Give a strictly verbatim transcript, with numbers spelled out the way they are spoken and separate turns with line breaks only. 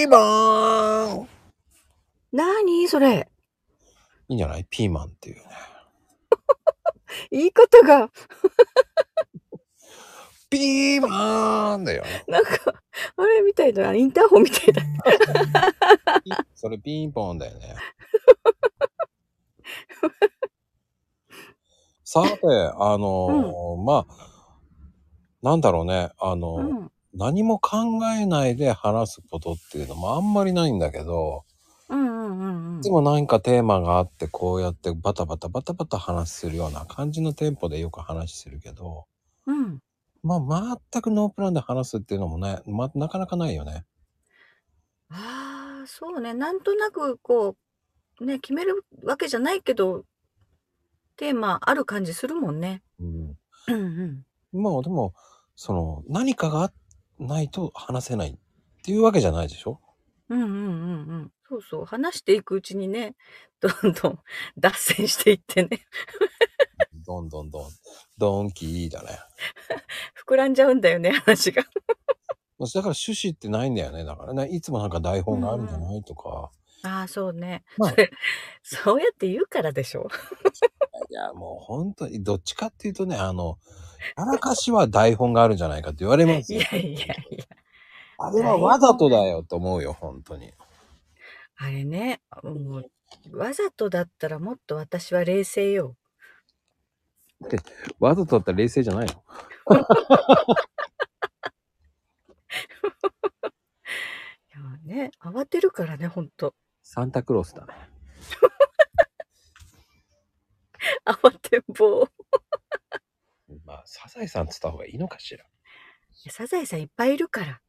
ーマン。
なにそれ。
いいんじゃない？ピーマンっていうね。
言い方が。
ピーマーンだよね。
なんか、あれみたいだ。インターホンみたいだ。
それピンポンだよね。さて、あの、うん、まあ、なんだろうね。あの、うん、何も考えないで話すことっていうのもあんまりないんだけど、
うんうんうんうん、
いつも何かテーマがあってこうやってバタバタバタバタ話するような感じのテンポでよく話するけど、
うん、
まあ全くノープランで話すっていうのもね、ま、なかなかないよね。
ああ、そうね。なんとなくこう、ね、決めるわけじゃないけど、テーマある感じするもんね。
うん。
うんうん。
まあでも、その何かがないと話せないっていうわけじゃないでしょ？
うんうんうんうん。そうそう。話していくうちにね、どんどん脱線していってね。
どんどんどん、ドンキーだね。
膨らんじゃうんだよね、話が。
だから趣旨ってないんだよね。だからね、いつもなんか台本があるんじゃないとか。
ああ、そうね。
まあ、
それ、そうやって言うからでしょ。
いや、もう本当にどっちかっていうとね、あの、あらかしは台本があるんじゃないかって言われますよ。
いやいやいや、
あれは
台
わざとだ
本。
よと思うよ、本当に。
あれね、もう、わざとだったらもっと私は冷静よ。
で、わざとだったら冷静じゃないの？
いやね、慌てるからね、ほんと。
サンタクロースだね。
慌てんぼう。
まあ、サザエさんっつった方がいいのかしら。
サザエさんいっぱいいるから。